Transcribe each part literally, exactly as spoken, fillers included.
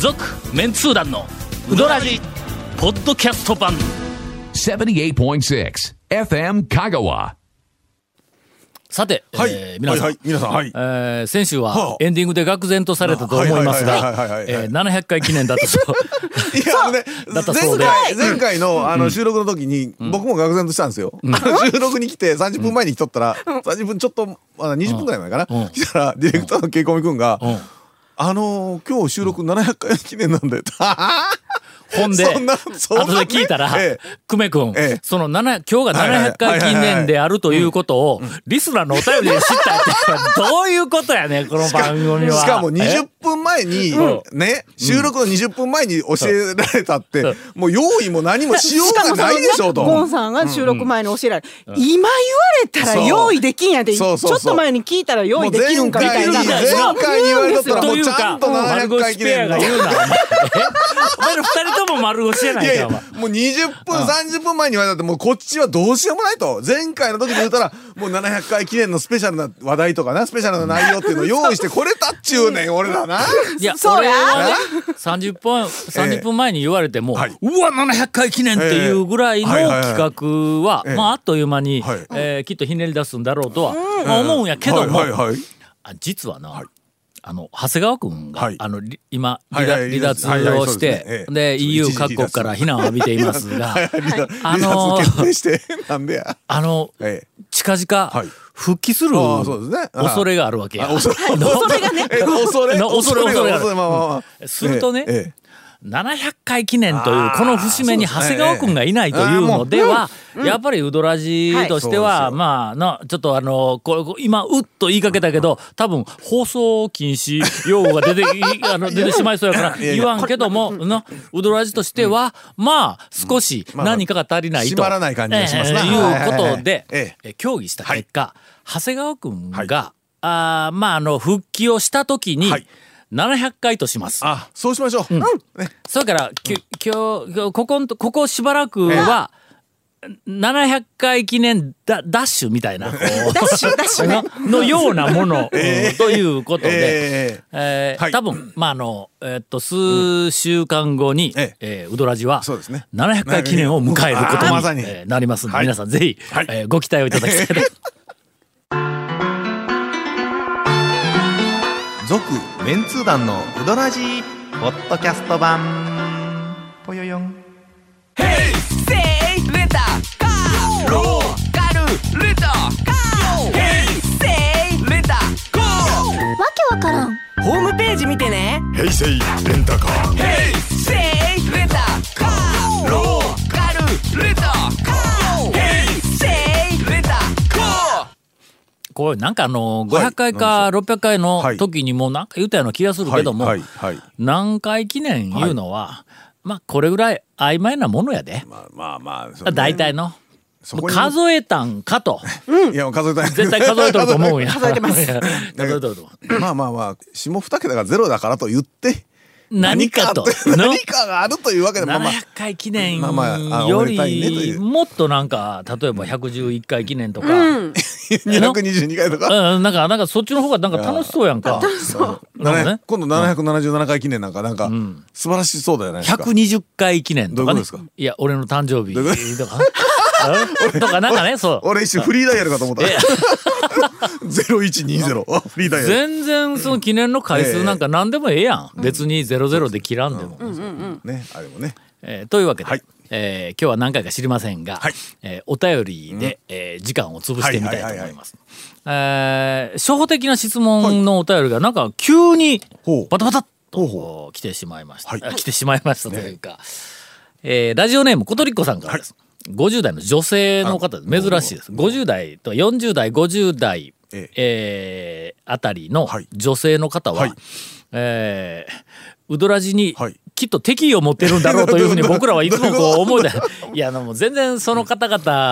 続メンツー団のウドラジポッドキャスト版ななじゅうはちてんろく エフエム 香川。 さて、 はい、 えー、皆さん、 はいはい、皆さん、はい、 えー、先週はエンディングで愕然とされたと思いますがななひゃっかい記念だったそういや、ね、 だったそうで前回、前回の、あの収録の時に、うん、僕も愕然としたんですよ、うん、収録に来てさんじゅっぷんまえに来とったら、うん、さんじゅっぷんちょっと、まだにじゅっぷんぐらい前かな、うん、来たらディレクターのケイコミ君が、うん、あのー、今日収録ななひゃっかい記念なんでほんで後で聞いたら、ええ、久米君、ええ、その今日がななひゃっかい記念であるということをリスナーのお便りで知ったってどういうことやねこの番組は。 しかもにじゅっぷんまえにね、収録のにじゅっぷんまえに教えられたって、うん、もう用意も何もしようがないでしょうと。 ゴンさんが収録前に教えられ、うん、今言われたら用意できんやで、ちょっと前に聞いたら用意できるんかみたいな。 前回に言われたらもうちゃんとななひゃっかい記念の。 お前らふたりとも丸腰やないか。いやいやもうにじゅっぷんさんじゅっぷんまえに言われたってもうこっちはどうしようもないと。前回の時に言うたらもうななひゃっかい記念のスペシャルな話題とかなスペシャルな内容っていうのを用意してこれたっちゅうねん俺らな。 いや俺はねさんじゅっぷんさんじゅっぷんまえに言われても、えーはい、うわななひゃっかい記念っていうぐらいの企画はまああっという間に、はいえー、きっとひねり出すんだろうとは、うんまあ、思うんやけども、はいはいはい、あ実はな、はいあの長谷川君が、はい、あの今離脱をして、で イーユー 各国から非難を浴びていますが、あのあの近々復帰する恐れがあるわけや。 恐れがね。 恐れ恐れ恐れがある。するとね。ななひゃっかい記念というこの節目に長谷川君がいないというのではやっぱりウドラジとしてはまあなちょっとあのこれ今うっと言いかけたけど多分放送禁止用語が出てあの出てしまいそうやから言わんけどもなウドラジとしてはまあ少し何かが足りないということで協議した結果長谷川君があまああの復帰をした時にななひゃっかいとします。 あ、そうしましょう。うんね、 それからき今日ここここしばらくはななひゃっかい記念ダダッシュみたいなこうダッシュダッシュ、ね、のようなもの、えー、ということで、えーえーはい、多分まああのえー、っと数週間後に、うんええー、ウドラジはななひゃっかい記念を迎えることに、えー、なりますので、はい、皆さんぜひ、はいえー、ご期待をいただきたいと。 続メンツー団のウドラジーポッドキャスト版ぽよよん。 ヘイセイレンタカーローカルレンタカーヘイセイレンタカーわけわからんホームページ見てね。 ヘイセイレンタカーヘイセイレンタカーローカルレンタカーヘイセイレンタカーこれなんかあのごひゃっかいかろっぴゃっかいの時にもなんか言ったような気がするけども何回記念いうのはまあこれぐらい曖昧なものやでまあまあまあ大体の数えたんかといや数えたん絶対数えとると思うんや数えてます数えとるとまあまあまあ下二桁がゼロだからと言って何かと何かがあるというわけでななひゃっかい記念よりもっとなんか例えばひゃくじゅういっかい記念とかにひゃくにじゅうにかいとかなんかなんかそっちの方がなんか楽しそうやんか。 今度ななひゃくななじゅうななかい記念なんかなんか素晴らしそうだよね。 ひゃくにじゅっかい記念とかね。いや俺の誕生日とかとかなんかねそう俺一瞬フリーダイヤルかと思ったゼロいちにゼロフリーダイヤル全然その記念の回数なんか何でもええやん別にゼロゼロで切らんでもねあれもねというわけでえ今日は何回か知りませんがえお便りでえ時間を潰してみたいと思います。え初歩的な質問のお便りがなんか急にバタバタっと来てしまいました来てしまいましたというかえラジオネームことりっこさんからです。ごじゅう代の女性の方です珍しいです。ごじゅう代とよんじゅう代ごじゅう代、ええー、あたりの女性の方は、はいえー、ウドラジにきっと敵意を持ってるんだろうというふうに僕らはいつもこう思ういやもう全然その方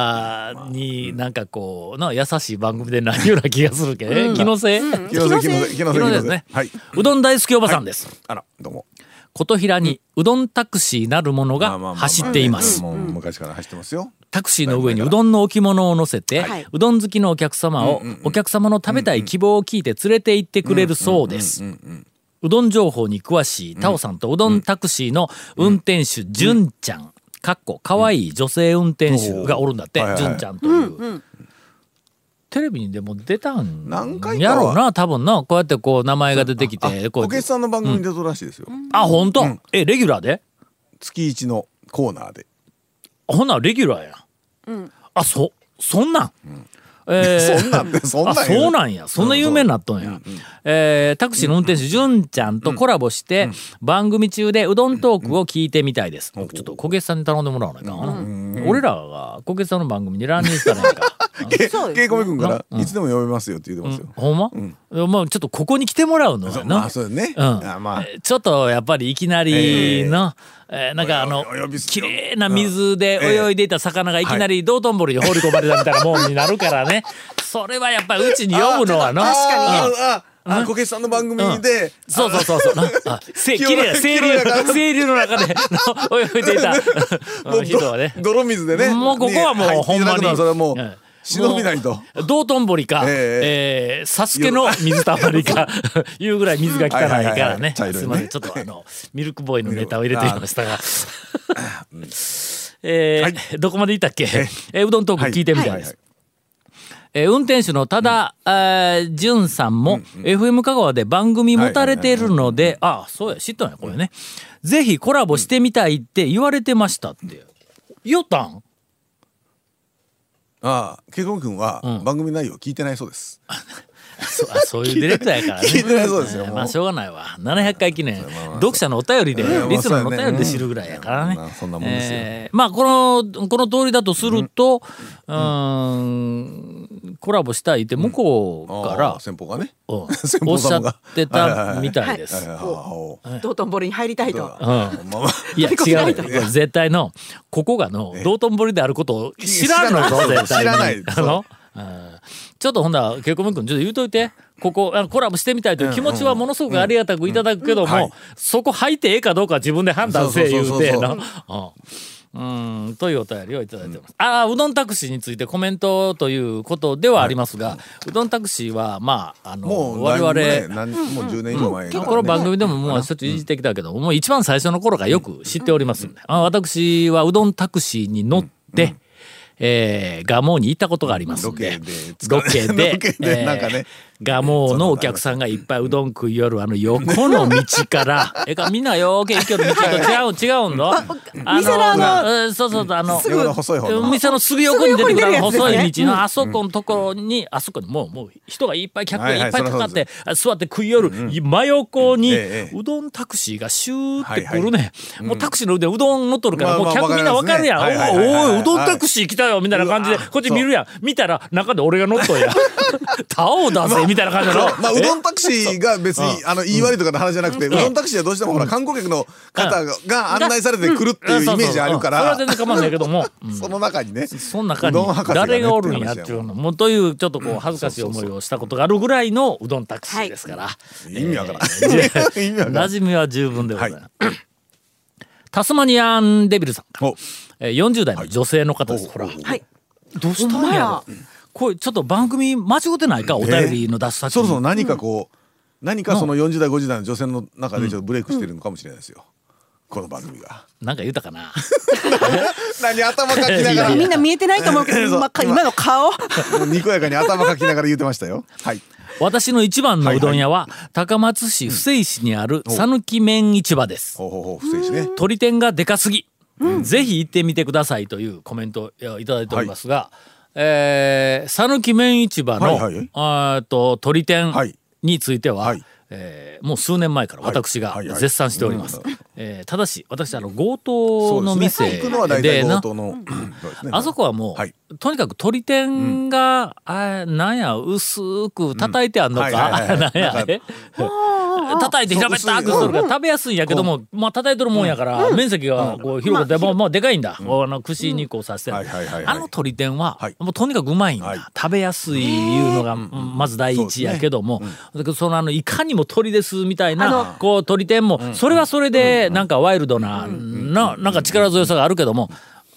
々になんかこうの優しい番組でないような気がするけど、うん、気のせい、うん、 気のせい気のせい気のせいですね、 はい、うどん大好きおばさんです、はい、 あらどうも琴平にうどんタクシーなるものが走っています。 昔から走ってますよ。 タクシーの上にうどんの置物を乗せて、はい、うどん好きのお客様を、うんうんうん、お客様の食べたい希望を聞いて連れて行ってくれるそうです。 うどん情報に詳しいタオさんとうどんタクシーの運転手純ちゃんかっこかわいい女性運転手がおるんだって純ちゃんという。テレビにでも出たんやろうな多分なこうやってこう名前が出てきてこけしさんの番組に出たらしいですよ。 あ本当、うん、えレギュラーで月一のコーナーでほなレギュラーや、うん、あそそんなん、うんえー、そんなんでそんなんやそうなんやそんな有名になっとんや、うんうんえー、タクシーの運転手純ちゃんとコラボして、うん、番組中でうどんトークを聞いてみたいです、うん、ちょっとこけしさんに頼んでもらわないかな、うん、俺らがこけしさんの番組に乱入したらいいかけいこみくんからいつでも呼べますよって言ってますよ、 うん、ほんま、うん、まあちょっとここに来てもらうのはなまあそうね、うんあまあ、 ちょっとやっぱりいきなりの、えーえー、なんかあの綺麗な水で泳いでいた魚がいきなり道頓堀に放り込まれたみたいなもんになるからねそれはやっぱりうちに呼ぶのはの確かにああこけしさんの番組で、うん、 そうそうそうそうあせ綺麗な清流清流の中で泳いでいた人はね泥水でねもうここはもうほんまにそれはもう、うん忍びないと道頓堀か、えーえー、サスケの水たまりかいうぐらい水が汚いからねすいませんちょっとあのミルクボーイのネタを入れてみましたがえーはい、どこまでいったっけ、えー、うどんトーク聞いてみたいです、はいはいはいえー、運転手の多田淳、うん、さんも、うんうん、エフエム 香川で番組持たれているので、ああそうや知ったんやこれね、うん、ぜひコラボしてみたいって言われてましたって言ったんああ、けいこみくんは番組内容聞いてないそうです。 そ, あそういうディレクターやからね聞いてないそうですよ。 まあしょうがないわななひゃっかい記念読者のお便りでリスナーのお便りで知るぐらいやからね。 そんなもんですよ。 えー、まあこのこの通りだとすると、うん、うんコラボしたいって向こうから、 うん、先方がねおっしゃってたみたいです。 道頓堀に入りたいと。 うん、いや違う絶対のここがの道頓堀であることを知らんのぞ絶対に。 知らない。 あのちょっとほんだけいこみくんちょっと言うといてここコラボしてみたいという気持ちはものすごくありがたくいただくけどもそこ入ってええかどうか自分で判断せえ言うてなうんというお便りをいただいてます、うん、ああうどんタクシーについてコメントということではありますが、はい、うどんタクシーはまああのもう我々、 ね、もうじゅうねん以上前、 うん、この番組でももうしょっちゅういじってきたけど、うん、もう一番最初の頃からよく知っておりますんで、うん、あ私はうどんタクシーに乗って、うんうんえー、ガモに行ったことがありますんでロケでロケでなんかねガモのお客さんがいっぱいうどん食いよるあの横の道からえかみんなよけ行きよる道と違う違うんだあのあのそうそうあの店のすぐ横に出てくる細い道のあそこのところにあそこにもうもう人がいっぱい客がいっぱいかかって座って食いよる真横にうどんタクシーがシューってくるねもうタクシーの腕うどん乗っとるからもう客みんな分かるやんおいうどんタクシー来たよみたいな感じでこっち見るやん見たら中で俺が乗っとんやタオだぜみたいな感じのまあうどんタクシーが別にあの言い悪いとかの話じゃなくてうどんタクシーはどうしてもほら観光客の方が案内されてくるっていうイメージあるからそれは全然構わないけどもその中にねその中に誰がおるんやっていうのもというちょっとこう恥ずかしい思いをしたことがあるぐらいのうどんタクシーですから意味わからん馴染みは十分でございますタスマニアンデビルさんからよんじゅう代の女性の方ですほらどうしたんやろこれちょっと番組間違ってないかお便りの出す先、 そろそろ何かこう、うん、何かそのよんじゅう代ごじゅう代の女性の中でちょっとブレイクしてるのかもしれないですよ、うん、この番組がなんか言うたかな何頭かきながらみんな見えてないと思うけど今の顔にこやかに頭かきながら言ってましたよはい私の一番のうどん屋は高松市布施市にある讃岐麺市場です。鶏天がでかすぎ、うん、ぜひ行ってみてくださいというコメントをいただいておりますが、はいえー、讃岐麺市場の、はいはい、あと鶏天については、はいえー、もう数年前から私が絶賛しております、はいはいはいえー、ただし私あの強盗の店でなあそこはもう、はい、とにかく鶏天が、うん、あなんや薄く叩いてあんのか、うん、なんやあれ叩いて平べったくするから食べやすいんやけども、まあ叩いとるもんやから、うん、面積がこう広くて、うん、もう、まあ、でかいんだ、うん、あの串にこう刺して、うんはいはいはいはい、あの鶏天は、はい、もうとにかくうまいんだ、はい、食べやすいいうのがまず第一やけども、うん、そのあのいかにも鶏ですみたいなこう鶏天も、うん、それはそれでなんかワイルドな、うん、な, なんか力強さがあるけども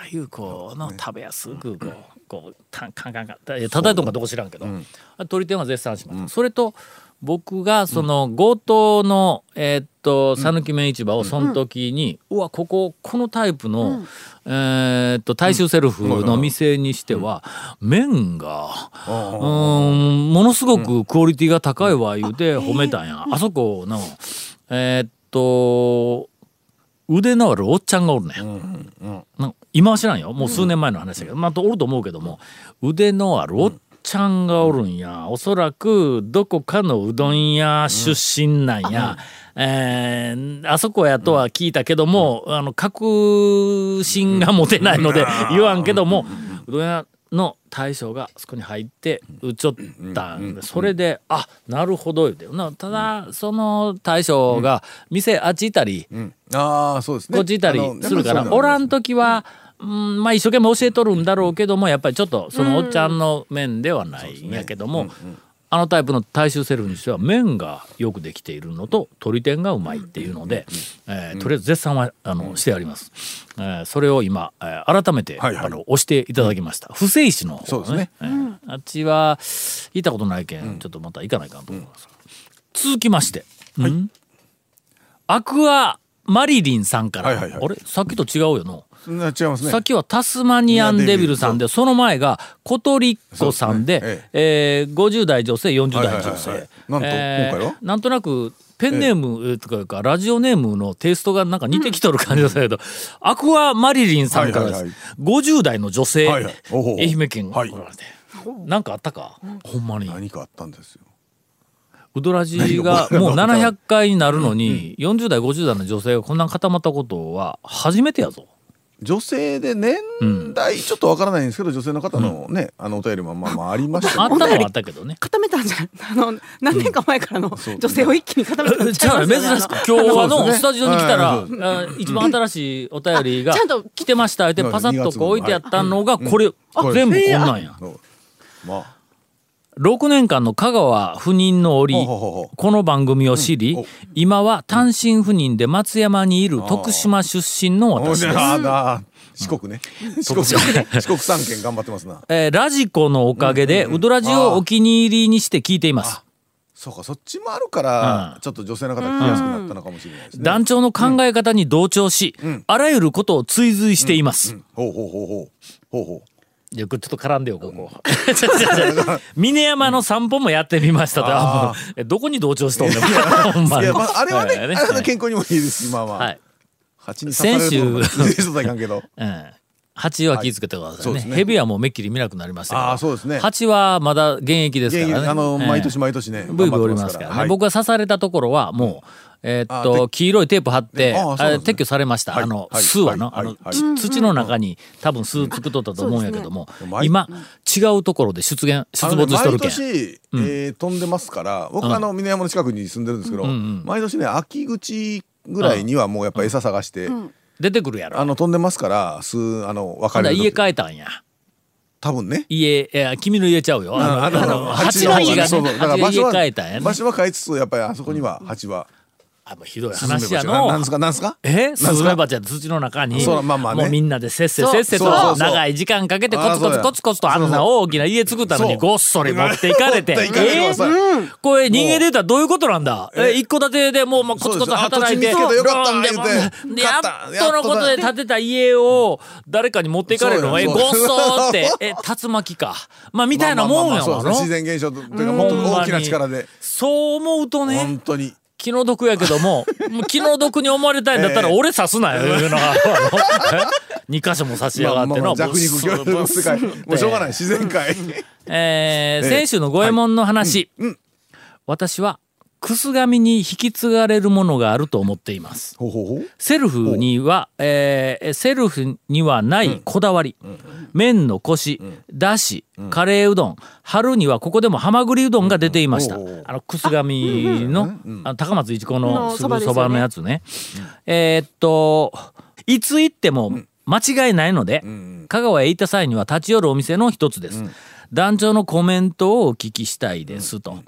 いうこうの食べやすくこうこうカンカンカンカン叩いとんかどこ知らんけど、うん、鳥天は絶賛しました、うん、それと僕がその強盗のえー、っと讃岐麺市場をその時に、うん、うわこここのタイプの、うん、えー、っと大衆セルフの店にしては、うん、麺が、うん、ものすごくクオリティが高いわ言うて褒めたんや、うん、あそこのえー、っと腕のあるおっちゃんがおるね、うんうん、今は知らんよもう数年前の話だけど、うん、まあおると思うけども腕のあるおっちゃんがおるんや、おそらくどこかのうどん屋出身なんや、うん、えー、あそこやとは聞いたけども、うん、あの確信が持てないので言わんけども、うどん屋の大将がそこに入ってうちょったんで、それであなるほど言うてな。ただその大将が店あっち行ったり、 うん、あそうですね、 こっち行ったりするからおらん時は、うん、まあ一生懸命教えとるんだろうけども、やっぱりちょっとそのおっちゃんの面ではないんやけども、うんうんうん、あのタイプの大衆セルフにしては麺がよくできているのと鶏天がうまいっていうので、えー、とりあえず絶賛はあのしてあります、えー、それを今、えー、改めて、はいはい、あの押していただきました。不正市の方、ね、 そうですね、 えー、あっちは行ったことないけん、うん、ちょっとまた行かないかんと思います、うん、続きまして、はい、アクアマリリンさんから、はいはいはい、あれさっきと違うよの違いますね、 さっきはタスマニアンデビルさんで、その前がコトリッコさんで、えええー、ごじゅう代女性よんじゅう代女性、 なんと、えー、今回はなんとなくペンネームとかかラジオネームのテイストがなんか似てきとる感じだけど、うん、アクアマリリンさんからです、はいはいはい、ごじゅう代の女性、はいはい、愛媛県おられて、はい、なんかあったか、うん、ほんまに何かあったんですよ。 ウドラジがもうななひゃっかいになるのに、うん、よんじゅう代ごじゅう代の女性がこんな固まったことは初めてやぞ。 女性で年代ちょっとわからないんですけど、うん、女性の方のね、あのお便りもまあまあありましたけど、 あったのはあったけどね、 固めたんじゃない、あの何年か前からの女性を一気に固めたんじゃないですか、珍しく今日あのスタジオに来たら、一番新しいお便りが来てましたってパサッとこう置いてあったのがこれ、あ全部こんなんや。まあろくねんかんの香川赴任の折、この番組を知り、うん、今は単身赴任で松山にいる徳島出身の私です。 四国ね、四国四国さん県頑張ってますな、 えー、ラジコのおかげで、うんうんうん、ウドラジをお気に入りにして聞いています。 そうか、そっちもあるから、うん、ちょっと女性の方聞きやすくなったのかもしれないですね。 団長の考え方に同調し、うん、あらゆることを追随しています、うんうん、ほうほうほうほうほうほう、 いやちょっと絡んでよここ峰山の散歩もやってみましたと、ああどこに同調しとんねんほんまに。 いや、まあ、あれはね、はい、あれは健康にもいいですし、まあまあ、はい、蜂に刺されると人はいかんけど、うん、蜂は気をつけてくださいね、はい、ね、蛇はもうめっきり見なくなりましたけど、 あ、そうですね、 蜂はまだ現役ですからね、 あの毎年毎年ね、 ブイブイおりますからね、はい、僕が刺されたところはもう、えー、っと黄色いテープ貼ってあ、ね、撤去されました、はい、あの、はい、巣はの、はい、あの、はい、土の中に多分巣作っとったと思うんやけども、ね、今違うところで出現出没しとるけん、 毎年、うん、えー、飛んでますから、僕はあの峰山の近くに住んでるんですけど、うんうん、毎年ね秋口ぐらいにはもうやっぱ餌探して、うんうん、 出てくるやろ、 あの飛んでますから巣あの分かれる時、 家変えたんや多分ね、 家、え君の家ちゃうよ、あのあの蜂の家がね、 そうそう、だから場所は家変えたんやね、 場所は変えつつやっぱりあそこには蜂は、うん、 あもうひどい話やの。 なんすかなんすか。 え、スズメバチは土の中に、 そう、まあまあね、 もうみんなでせっせせっせと長い時間かけてコツコツコツコツとあんな大きな家作ったのにごっそり持っていかれて、えー、これ人間で言ったらどういうことなんだ。え、一戸建てでもうまあコツコツ働いて、でやっとのことで建てた家を誰かに持っていかれるの。え、ごっそーってえ竜巻か、まあみたいなもんやわの。 自然現象というかもっと大きな力で。 そう思うとね。 本当に。 気の毒やけども、もう気の毒に思われたいんだったら俺刺すなよ、いうのがに箇所も刺しやがっての、 弱肉強食の世界、もうしょうがない自然界。 えー、先週の五右衛門の話、はい、うんうん、私はくす紙に引き継がれるものがあると思っています。 ほうほうほう、 セルフには、えー、セルフにはないこだわり、うんうん、麺のコシ、うん、だし、うん、カレーうどん、春にはここでもハマグリうどんが出ていました、うん、あのくす紙の、うん、あの高松一子のすぐそばのやつね、うん、えー、っといつ行っても間違いないので、うん、香川へ行った際には立ち寄るお店の一つです、うん、団長のコメントをお聞きしたいですと、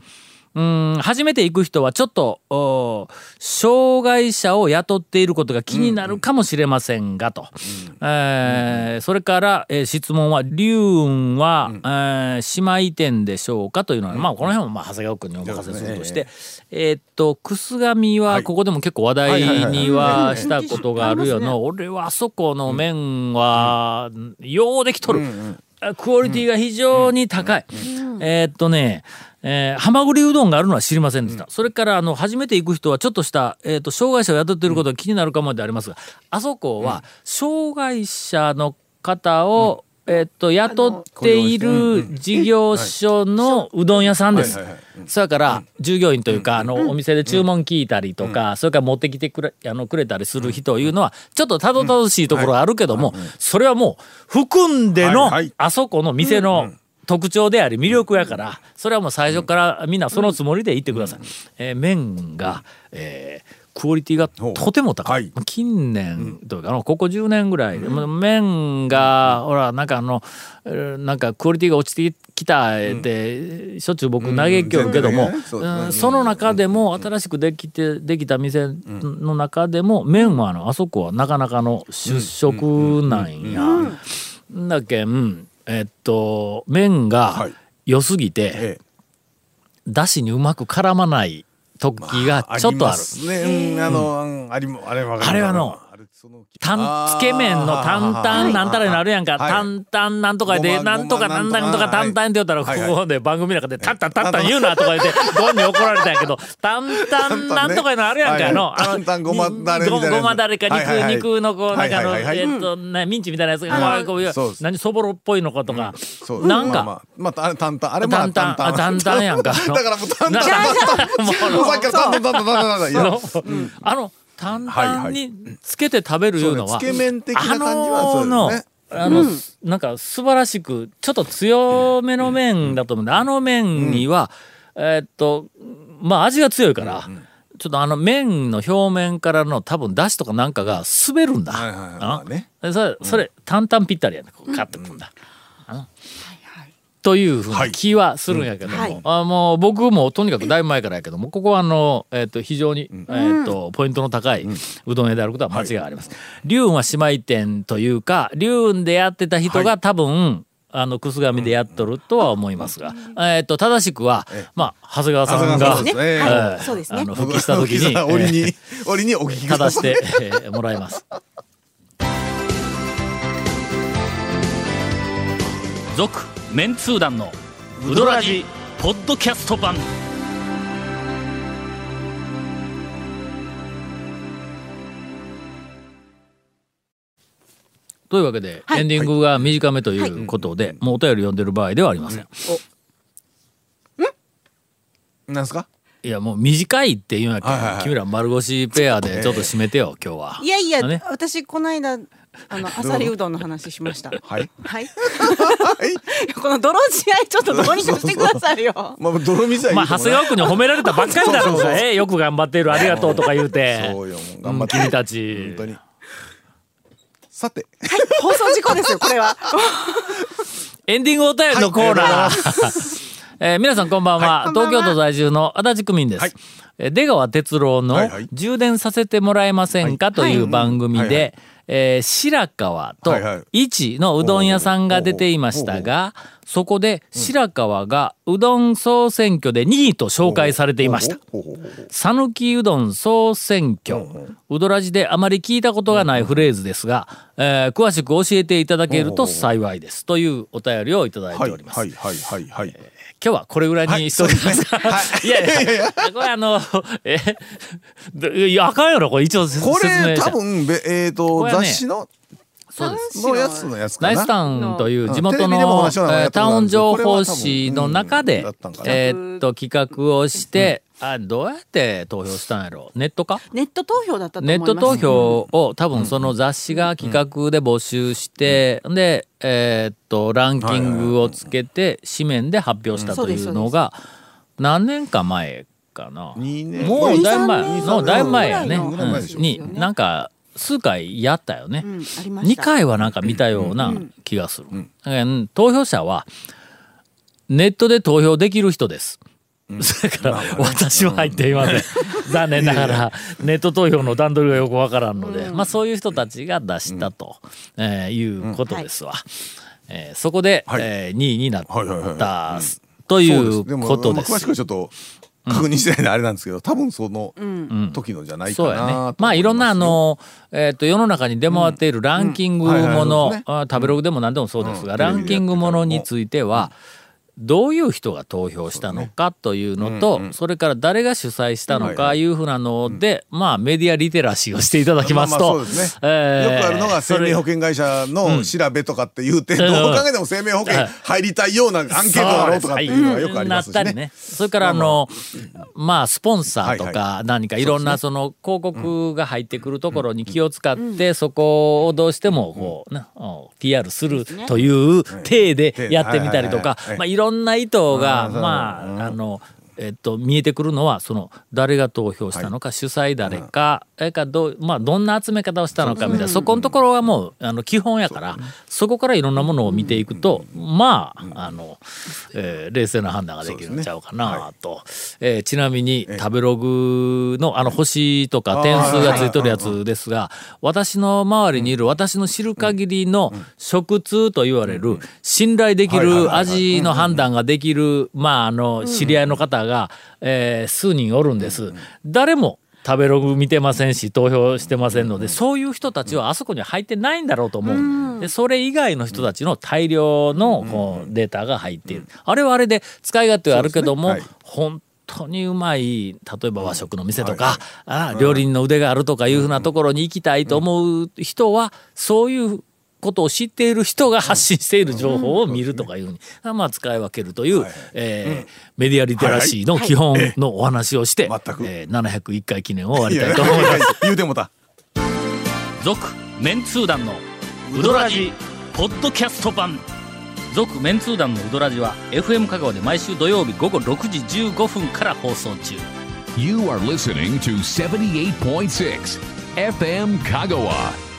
うん初めて行く人はちょっと障害者を雇っていることが気になるかもしれませんがと、うんえー、それから、えー、質問は龍雲は、うんえー、姉妹店でしょうかというのは、うん、まあこの辺はまあ長谷川君にお任せするとして、えー、っと楠上はここでも結構話題にはしたことがあるよの、俺はあそこの麺はようできとる、うんうん、クオリティが非常に高い、うんうん、えー、っとねえー、はまぐりうどんがあるのは知りませんでした、うん、それからあの初めて行く人はちょっとした、えー、と障害者を雇っていることが気になるかもでありますが、あそこは障害者の方を、うんえー、と雇っている事業所のうどん屋さんです。それから従業員というかあのお店で注文聞いたりとか、それから持ってきてくれ、あのくれたりする人というのはちょっとたどたどしいところがあるけども、それはもう含んでのあそこの店の特徴であり魅力やから、それはもう最初からみんなそのつもりで言ってください。えー、麺が、えークオリティがとても高い、はい、近年というかここじゅうねんぐらいで、うん、麺がほらなんかあのなんかクオリティが落ちてきたで、うん、しょっちゅう僕嘆きよるけども、うんうん、その中でも新しくできてできた店の中でも麺はあのあそこはなかなかの出色なんや、うん、だけんえっと麺が良すぎて、はい、だしにうまく絡まない時がちょっとある。 まあ、ありますね。うん、あの、うん、ありもあれはあれはのたんつけ麺の担々なんたらになるやんか、担々なんとかでなんとかなんなんとか担々って言ったらここで番組の中でタッタンタッタン言うなとか言ってゴンに怒られたんやけど、担々なんとかいうのあるやんかの担々ごまだれみたいなごまだれか肉肉のこうなんかのえっとねミンチみたいなやつがこういう何そぼろっぽいのかとかなんかまあ担々あれも担 々担々やんか。 だからもう担々もうさっきから担々担々担々 あの担々につけて食べるいうのは、 つけ麺的な感じはそうですね。 あの、うん、なんか素晴らしくちょっと強めの麺だと思うんで、あの麺には、うん、えー、っとまあ味が強いから、うん、ちょっとあの麺の表面からの多分だしとかなんかが滑るんだ。はいはいはいまあね、それそれ担々ぴったりやね、こうカッとくるんだ。うんうんというふうな気はするんやけども、はいうんはい、あもう僕もとにかくだいぶ前からやけども、ここはあの、えー、と非常に、うんえー、とポイントの高いうどん屋であることは間違いあります。龍雲は姉妹店というか龍雲でやってた人が多分、はい、あの楠上でやっとるとは思いますが、うんえー、と正しくは、まあ、長谷川さんが復帰した時に折に、えー、折にお聞きください。 正して、えー、もらいます。続メンツー団のウドラジポッドキャスト版。というわけで、はい、エンディングが短めということで、はい、もうお便り読んでる場合ではありません。 うん、んなんすか。 いやもう短いっていうんやけど、はいはいはい、君ら丸腰ペアでちょっと締めてよ、えー、今日は。 いやいや、ね、私この間あのあさりうどんの話しました。 はいはいこの泥仕合ちょっとどうにかしてくださいよ。 まあ泥水はいいと思う。 まあ長谷川君に褒められたばっかりだろうが、えよく頑張っているありがとうとか言うて。 そうよ頑張って、 うん、君たち。 本当に。さて、 はい、放送事故ですよこれは。 エンディングお便りのコーナー。はいえー、皆さんこんばんは、はい、東京都在住の足立区民です、はい、え出川哲朗の充電させてもらえませんか、はい、という番組で、はいはいえー、白川と一のうどん屋さんが出ていましたが、そこで白川がうどん総選挙でにいと紹介されていました。讃岐うどん総選挙、うどらじであまり聞いたことがないフレーズですが、えー、詳しく教えていただけると幸いですというお便りをいただいております。 はいはいはいはい、はいえー今日はこれぐらいにしときますか。はい、いやいやいやこれあのえいやあかんやろこれ一応説明これ多分えっ、ー、と、ね、雑誌のそうですのやつのやつかな。 ナイスタウンという地元の、うん、タウン情報誌の中で、うん、えー、っと企画をして、うん、あどうやって投票したんやろ。ネットかネット投票だったと思います。 ネット投票を多分その雑誌が企画で募集して、うん、で、えー、っとランキングをつけて紙面で発表したというのが何年か前かな。 にねんもうだいぶ前のだいぶ前やね、うん、になんか数回やったよね、うん、ありました。にかいはなんか見たような気がする、うんうん、投票者はネットで投票できる人です。 それから私は入っていません。残念ながらネット投票の段取りがよくわからんので、まあそういう人たちが出したと、えー、いうことですわ。えー、そこで、はい、えー、にいになったということです。 詳しくはちょっと確認してないんであれなんですけど、多分その時のじゃないかなと思いますよ。そうやね。 まあいろんなあの、えー、と世の中に出回っているランキングもの、食べログでも何でもそうですが、うん、ランキングものについては、どういう人が投票したのかというのと、そ, ねうんうん、それから誰が主催したのかいうふうなので、うん、まあメディアリテラシーをしていただきますと、よくあるのが生命保険会社の調べとかって言うて、うん、どう考えても生命保険入りたいようなアンケートだろうとかっていうのはよくありますしね。 なったりね。それからあのまあスポンサーとか何かいろんなその広告が入ってくるところに気を使ってそこをどうしてもこうね ピーアール するという体でやってみたりとか、まあいろんな意図がまああのえっと見えてくるのはその誰が投票したのか、主催誰か、それからどうまあどんな集め方をしたのかみたいな、そこのところはもうあの基本やから、そこからいろんなものを見ていくと、まああのえ冷静な判断ができるんちゃうかなと。えちなみに食べログのあの星とか点数がついとるやつですが、私の周りにいる私の知る限りの食通と言われる信頼できる味の判断ができるまああの知り合いの方がが、えー、数人おるんです。誰も食べログ見てませんし投票してませんので、そういう人たちはあそこには入ってないんだろうと思う。でそれ以外の人たちの大量のこうデータが入っている。あれはあれで使い勝手はあるけども、はい、本当にうまい例えば和食の店とか、はい、あ料理人の腕があるとかいうふうなところに行きたいと思う人はそういうことを知っている人が発信している情報を見るとかいうふうに、うん、まあ使い分けるという、はいえーうん、メディアリテラシーの基本のお話をして、はいはいえー、ななひゃくいっかい記念を終わりたいと思います。 言うてもた続メンツー団のウドラジポッドキャスト版。続メンツー団のウドラジは エフエム 香川で毎週土曜日午後ろくじじゅうごふんから放送中。 You are listening to セブンティーエイトポイントシックス エフエム 香川。